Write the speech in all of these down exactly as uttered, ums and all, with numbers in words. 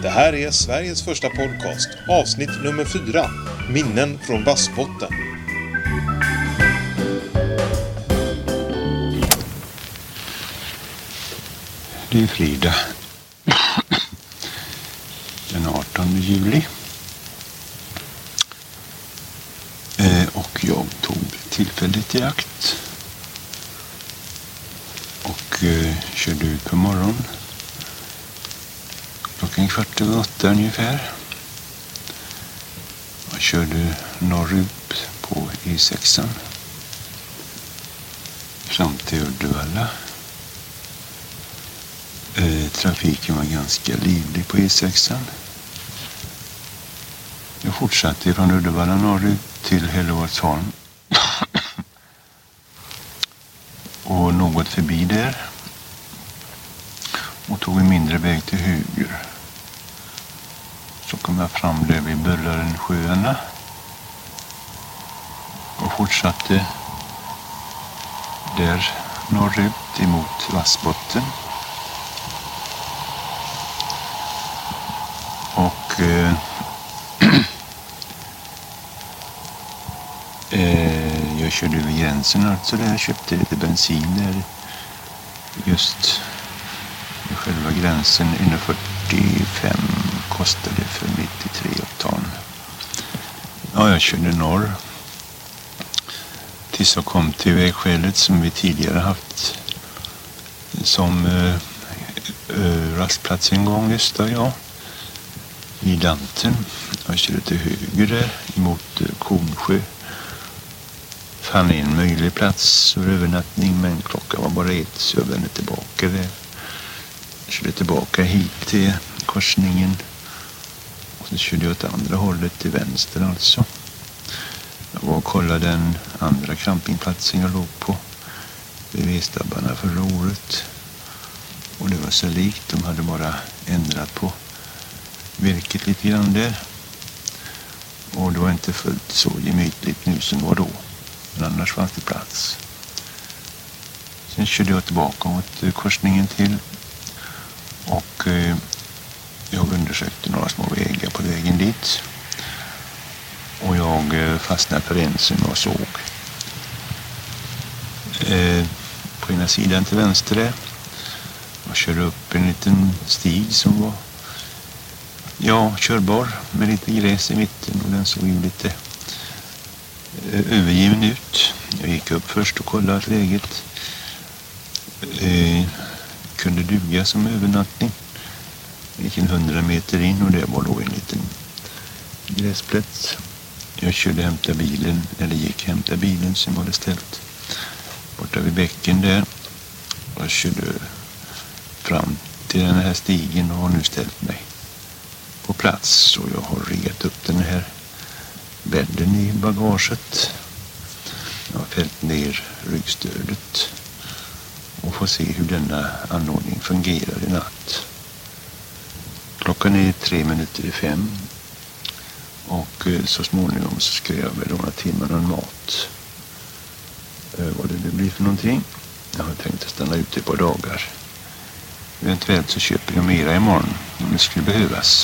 Det här är Sveriges första podcast, avsnitt nummer fyra, Minnen från Vassbotten. Det är fredag den artonde juli. Eh, och jag tog tillfället i akt och eh, körde ut på morgonen. Klockan kvart över åtta ungefär. Jag körde norrut på E sex fram till Uddevalla. Eh, trafiken var ganska livlig på E sex. Jag fortsatte från Uddevalla norrut till Hällevadsholm. Och något förbi där. Och tog en mindre väg till höger. Så kom jag fram där vid Böllarensjöarna. Och fortsatte där norrut emot Vassbotten. Och eh, eh, jag körde över gränsen alltså där. Jag köpte lite bensin där. Just vid själva gränsen. ett fyrtiofem kostade för nittiotre oktan. Ja, jag körde norr. Tills jag kom till vägskälet som vi tidigare haft som eh, eh, rastplats en gång nästa jag. I Danten. Jag körde till höger där emot Kornsjö. Fann en möjlig plats för övernattning, men klockan var bara ett, så jag vände tillbaka där. Jag körde tillbaka hit till korsningen. Och så körde jag åt andra hållet till vänster alltså. Jag var och kollade den andra campingplatsen jag låg på. Vid V-stabbarna förra året. Och det var så likt, de hade bara ändrat på virket lite grann där. Och det var inte fullt så gemytligt nu som var då. Men annars fanns det plats. Sen körde jag tillbaka mot korsningen till. Och eh, jag undersökte några små vägar på vägen dit. Och jag eh, fastnade för en som jag såg. Eh, på ena sidan till vänster där. Jag körde upp en liten stig som var ja, körbar med lite gräs i mitten, och den såg ju lite eh, övergiven ut. Jag gick upp först och kollade att läget eh, kunde duga som övernattning. Jag gick en hundra meter in och det var då en liten gräsplätt. Jag körde hämta bilen, eller gick hämta bilen som hade ställt borta vid bäcken där. Jag körde fram till den här stigen och har nu ställt mig på plats, så jag har riggat upp den här bädden i bagaget. Jag har fällt ner ryggstödet och får se hur denna anordning fungerar i natt. Klockan är tre minuter i fem och så småningom så ska jag väl ordna till med någon mat. Vad det nu blir för någonting. Jag har tänkt att stanna ute ett par dagar. Eventuellt så köper jag mera imorgon om det skulle behövas.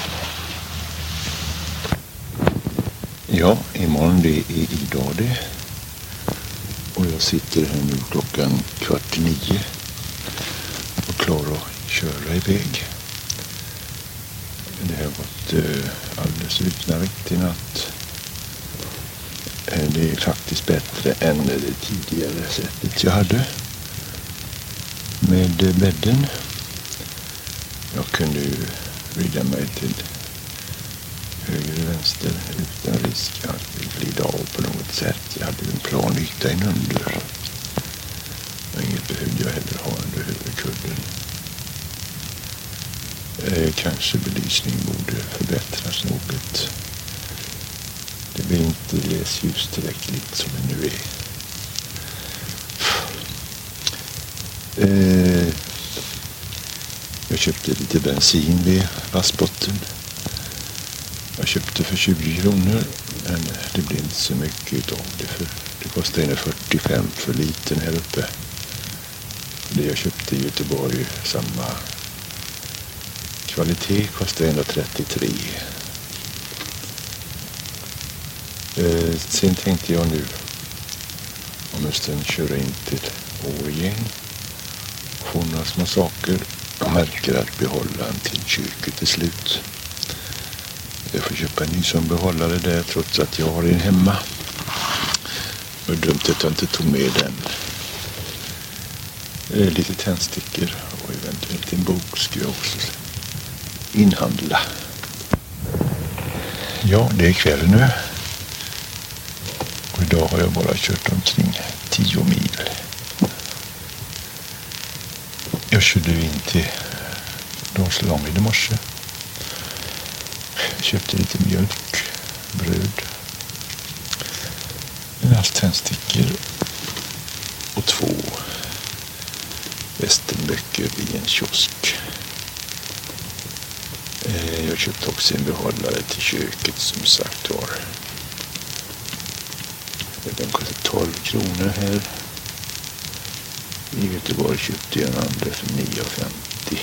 Ja, imorgon det är idag det. Och jag sitter här nu klockan kvart i nio och klar att köra iväg. Det har gått eh, alldeles utmärkt i natt. Det är faktiskt bättre än det tidigare sättet jag hade med bädden. Jag kunde ju vrida mig till höger och vänster utan risk att glida av på något sätt. Jag hade en plan yta inunder. Men inget behövde jag heller ha under huvudkudden. Eh, kanske belysning borde förbättras något. Det blir inte läsljus tillräckligt som det nu är. Eh, jag köpte lite bensin vid Vassbotten. Jag köpte för tjugo kronor, men det blir inte så mycket av det. För det kostar en fyrtiofem för liten här uppe. Det jag köpte i Göteborg, samma Kvalitet kostar etthundratrettiotre. Eh, sen tänkte jag nu om en stund köra in till Årjäng. Få några små saker. Jag märker att behållaren till köket är slut. Jag får köpa en ny som behållare där trots att jag har en hemma. Det var dumt att jag inte tog med den. Eh, lite tändstickor och eventuellt en bok ska jag också inhandla. Ja, det är kväll nu. Och idag har jag bara kört omkring tio mil. Jag körde in till Dalslången i morse. Köpte lite mjölk, bröd, en halv tändstickor och två västernböcker i en kiosk. Jag köpte också en behållare till köket som sagt var. Den kostar tolv kronor här. I Göteborg köpte jag en andra för nio femtio.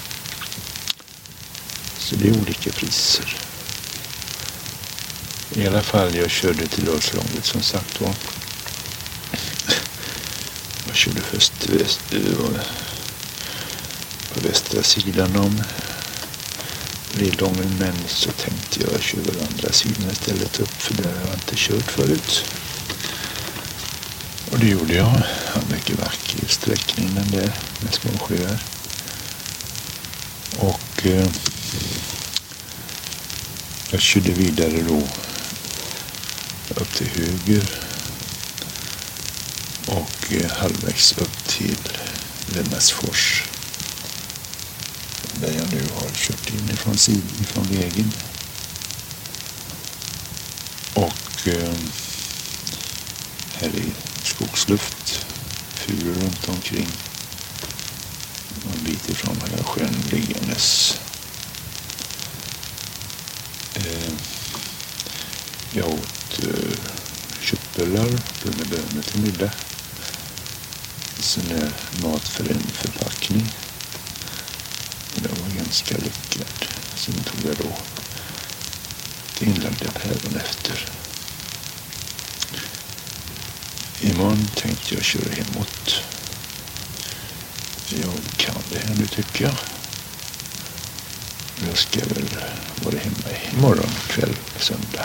Så det är olika priser. I alla fall jag körde till Dalslånget som sagt var. Jag körde först till väst, på västra sidan om Lillången, men så tänkte jag köra andra sidan istället upp för där har jag inte kört förut. Och det gjorde jag. En mycket vacker sträckning den där med små sjöar. Och eh, jag körde vidare då upp till höger och eh, halvvägs upp till Lennasfors. Där jag nu har kört in ifrån sidan, ifrån vägen. Och eh, här är skogsluft, furor runt omkring. En bit ifrån har jag sjön liggandes. Eh, jag åt eh, köttbullar, bönor till middag. Sen är mat för en förpackning. Det var ganska lyckad. Sen tog jag då det inlagda päron efter. Imorgon tänkte jag köra hemåt. Jag kan det här nu tycker jag. Jag ska väl vara hemma imorgon kväll, söndag.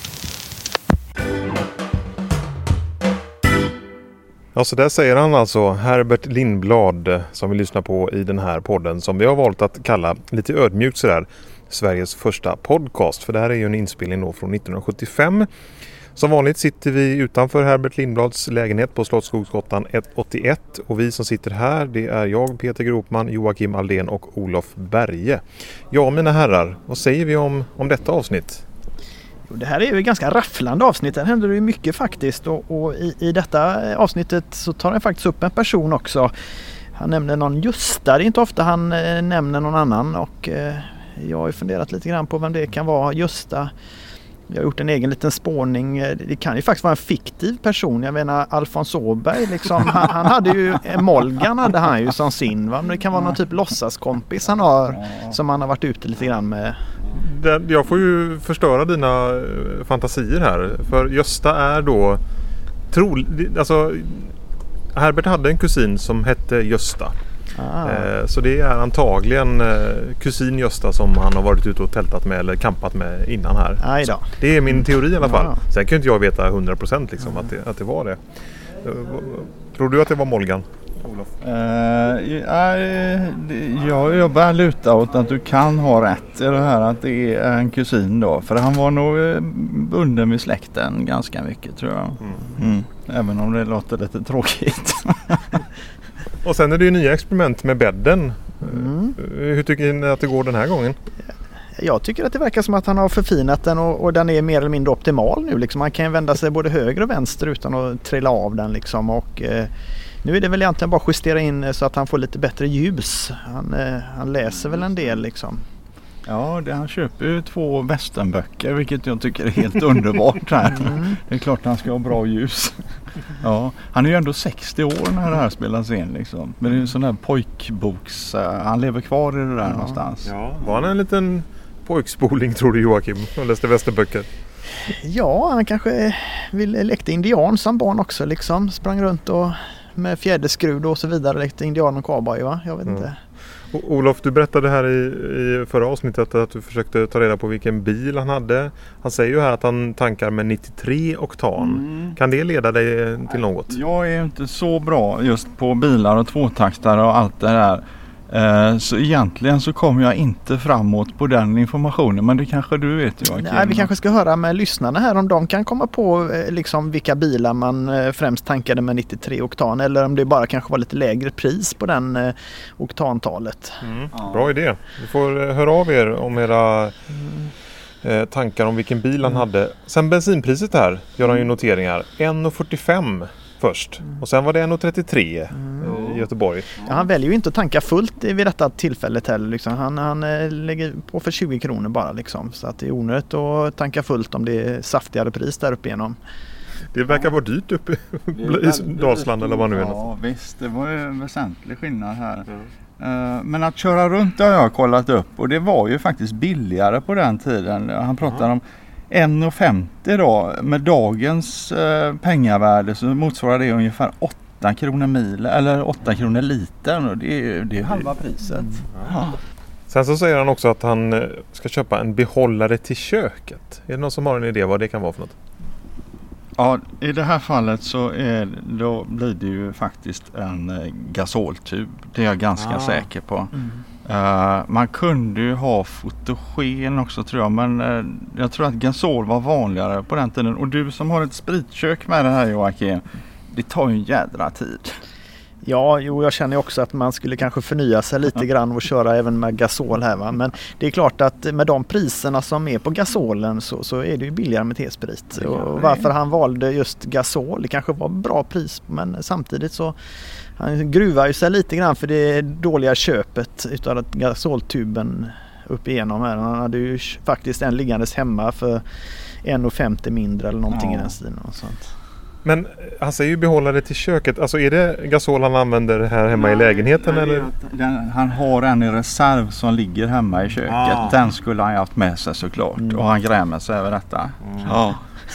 Ja, så där säger han alltså, Herbert Lindblad, som vi lyssnar på i den här podden som vi har valt att kalla lite ödmjukt sådär Sveriges första podcast. För det här är ju en inspelning då från nittonhundrasjuttiofem. Som vanligt sitter vi utanför Herbert Lindblads lägenhet på Slottsskogsgatan etthundraåttioett och vi som sitter här, det är jag, Peter Gropman, Joakim Aldén och Olof Berge. Ja, mina herrar, vad säger vi om, om detta avsnitt? Det här är ju ett ganska rafflande avsnitt. Här händer det ju mycket faktiskt och, och i, i detta avsnittet så tar han faktiskt upp en person också. Han nämner någon Gösta, det är inte ofta han eh, nämner någon annan och eh, jag har ju funderat lite grann på vem det kan vara. Gösta, jag har gjort en egen liten spårning. Det kan ju faktiskt vara en fiktiv person. Jag menar Alfons Åberg liksom. Han, han hade ju, Molgan hade han ju som sin, va? Men det kan vara någon typ låtsaskompis han har som han har varit ute lite grann med. Jag får ju förstöra dina fantasier här. För Gösta är då tro, alltså Herbert hade en kusin som hette Gösta. Ah. Eh, så det är antagligen eh, kusin Gösta som han har varit ute och tältat med eller kampat med innan här. Det är min teori i alla fall. Ja. Sen kan inte jag veta hundra procent liksom, mm. att, det, att det var det. Uh, tror du att det var Molgan? Olof? Uh, ja, jag, jag börjar luta åt att du kan ha rätt i det här att det är en kusin då. För han var nog bunden med släkten ganska mycket tror jag. Mm. Mm. Även om det låter lite tråkigt. Och sen är det ju nya experiment med bädden. Mm. Hur tycker ni att det går den här gången? Jag tycker att det verkar som att han har förfinat den och, och den är mer eller mindre optimal nu. Liksom. Man kan vända sig både höger och vänster utan att trilla av den. Liksom. Och, eh, nu är det väl egentligen bara justera in så att han får lite bättre ljus. Han, eh, han läser väl en del liksom. Ja, det, han köper ju två westernböcker, vilket jag tycker är helt underbart här. Mm. Det är klart att han ska ha bra ljus. Ja, han är ju ändå sextio år när det här spelas in liksom. Men det är en sån där pojkboks, uh, han lever kvar i det där ja. någonstans. Ja. Var han en liten pojkspoling tror du Joakim och läste westernböcker? Ja, han kanske ville lekte indian som barn också liksom. Sprang runt och med fjäderskrud och så vidare lekte indian och cowboy va? Jag vet mm. inte. Och Olof, du berättade här i, i förra avsnittet att du försökte ta reda på vilken bil han hade. Han säger ju här att han tankar med nittiotre oktan. Mm. Kan det leda dig till något? Jag är inte så bra just på bilar och tvåtaktare och allt det där. Så egentligen så kommer jag inte framåt på den informationen, men det kanske du vet Joakim. Nej, vi kanske ska höra med lyssnarna här om de kan komma på liksom vilka bilar man främst tankade med nittiotre oktan eller om det bara kanske var lite lägre pris på den eh, oktantalet. Mm. Ja. Bra idé. Vi får höra av er om era mm. eh, tankar om vilken bil han mm. hade. Sen bensinpriset här gör han ju noteringar. en fyrtiofem först mm. och sen var det en trettiotre mm. i Göteborg. Ja, han väljer ju inte att tanka fullt vid detta tillfället heller. Liksom. Han, han lägger på för tjugo kronor bara. Liksom. Så att det är onödigt att tanka fullt om det är saftigare pris där uppe igenom. Det verkar vara dyrt uppe i Dalsland eller vad nu är. Ja visst, det var ju en väsentlig skillnad här. Mm. Men att köra runt har jag kollat upp och det var ju faktiskt billigare på den tiden. Han pratar mm. om en femtio då, med dagens eh, pengavärde så motsvarar det ungefär åtta kronor mil eller åtta kronor liter och det är, det är halva priset. Mm. Ja. Sen så säger han också att han ska köpa en behållare till köket. Är det någon som har en idé vad det kan vara för något? Ja, i det här fallet så är, då blir det ju faktiskt en eh, gasoltub. Det är jag ganska ah. säker på. Mm. Uh, man kunde ju ha fotogen också tror jag, men uh, jag tror att gasol var vanligare på den tiden. Och du som har ett spritkök med det här Joakim, det tar ju en jädra tid. Ja, jo, jag känner också att man skulle kanske förnya sig lite grann och köra även med gasol här va. Men det är klart att med de priserna som är på gasolen så, så är det ju billigare med T-sprit. Och varför han valde just gasol, det kanske var bra pris men samtidigt så han gruvar ju sig lite grann för det dåliga köpet utav att gasoltuben upp igenom här. Han hade ju faktiskt en liggandes hemma för en femtio mindre eller någonting ja. i den stilen och sånt. Men han säger ju behålla det till köket. Alltså är det gasol han använder här hemma nej, i lägenheten? Nej, eller? Den, han har en i reserv som ligger hemma i köket. Ah. Den skulle han haft med sig såklart. Mm. Och han grämer sig över detta. Mm. Ja.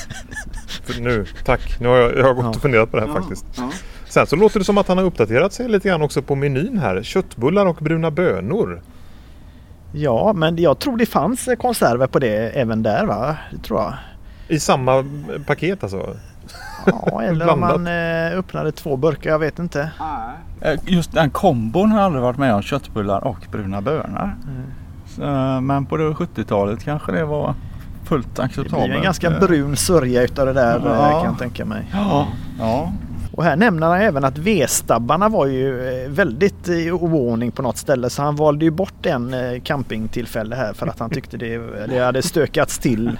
Nu, tack. Nu har jag, jag har gått ja. och funderat på det här ja. faktiskt. Ja. Sen så låter det som att han har uppdaterat sig lite grann också på menyn här. Köttbullar och bruna bönor. Ja, men jag tror det fanns konserver på det även där va? Det tror jag. I samma paket alltså? Ja, eller om man eh, öppnade två burkar, jag vet inte. Just den kombon har aldrig varit med om, köttbullar och bruna bönor. Mm. Så, men på det sjuttiotalet kanske det var fullt acceptabelt. Det blir en ganska brun sörja utav det där ja. kan jag tänka mig. Ja. Ja. Och här nämner han även att V-stabbarna var ju väldigt i oordning på något ställe så han valde ju bort en campingtillfälle här för att han tyckte det, det hade stökats till.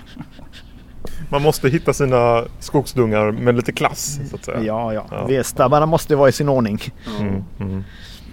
Man måste hitta sina skogsdungar med lite klass så att säga. Ja, ja. ja. V-stabbarna måste vara i sin ordning. Mm, mm.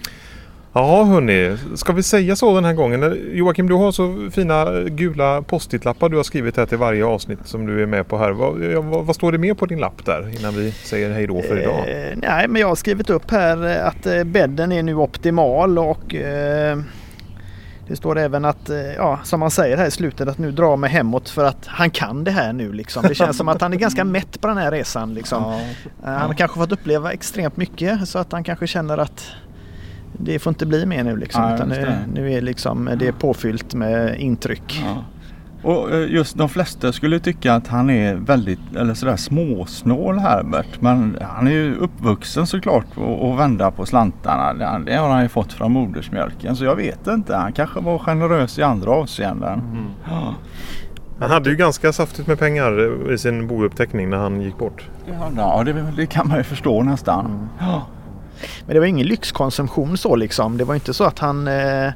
Ja hörni, ska vi säga så den här gången? Joakim, du har så fina gula post-it-lappar du har skrivit här till varje avsnitt som du är med på här. Vad, vad, vad står det med på din lapp där innan vi säger hej då för idag? Eh, nej, men jag har skrivit upp här att bädden är nu optimal och eh, det står även att, ja, som man säger här i slutet, att nu drar mig hemåt för att han kan det här nu liksom. Det känns som att han är ganska mätt på den här resan liksom. Ja. Han har ja. kanske fått uppleva extremt mycket så att han kanske känner att det får inte bli mer nu liksom. Ja, utan nu, nu är liksom det är påfyllt med intryck. Ja. Och just de flesta skulle tycka att han är väldigt eller sådär småsnål Herbert, men han är ju uppvuxen såklart och, och vända på slantarna. Det, det har han ju fått från modersmjölken, så jag vet inte, han kanske var generös i andra avseenden. Mm. Ja. Han hade ju ganska saftigt med pengar i sin bouppteckning när han gick bort. Ja, det, det kan man ju förstå nästan. Mm. Ja. Men det var ingen lyxkonsumtion så liksom. Det var inte så att han eh,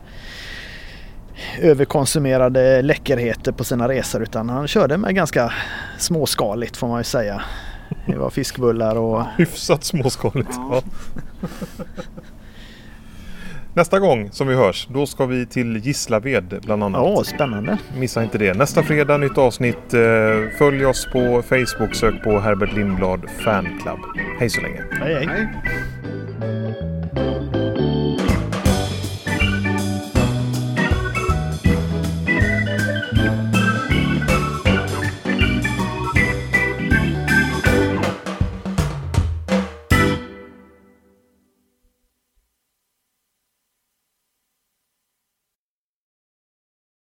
överkonsumerade läckerheter på sina resor, utan han körde med ganska småskaligt får man ju säga. Det var fiskbullar och... Hyfsat småskaligt, ja. Nästa gång som vi hörs, då ska vi till Gislaved bland annat. Åh, spännande. Missa inte det. Nästa fredag, nytt avsnitt. Följ oss på Facebook, sök på Herbert Lindblad Fanclub. Hej så länge. Hej, hej. Hej.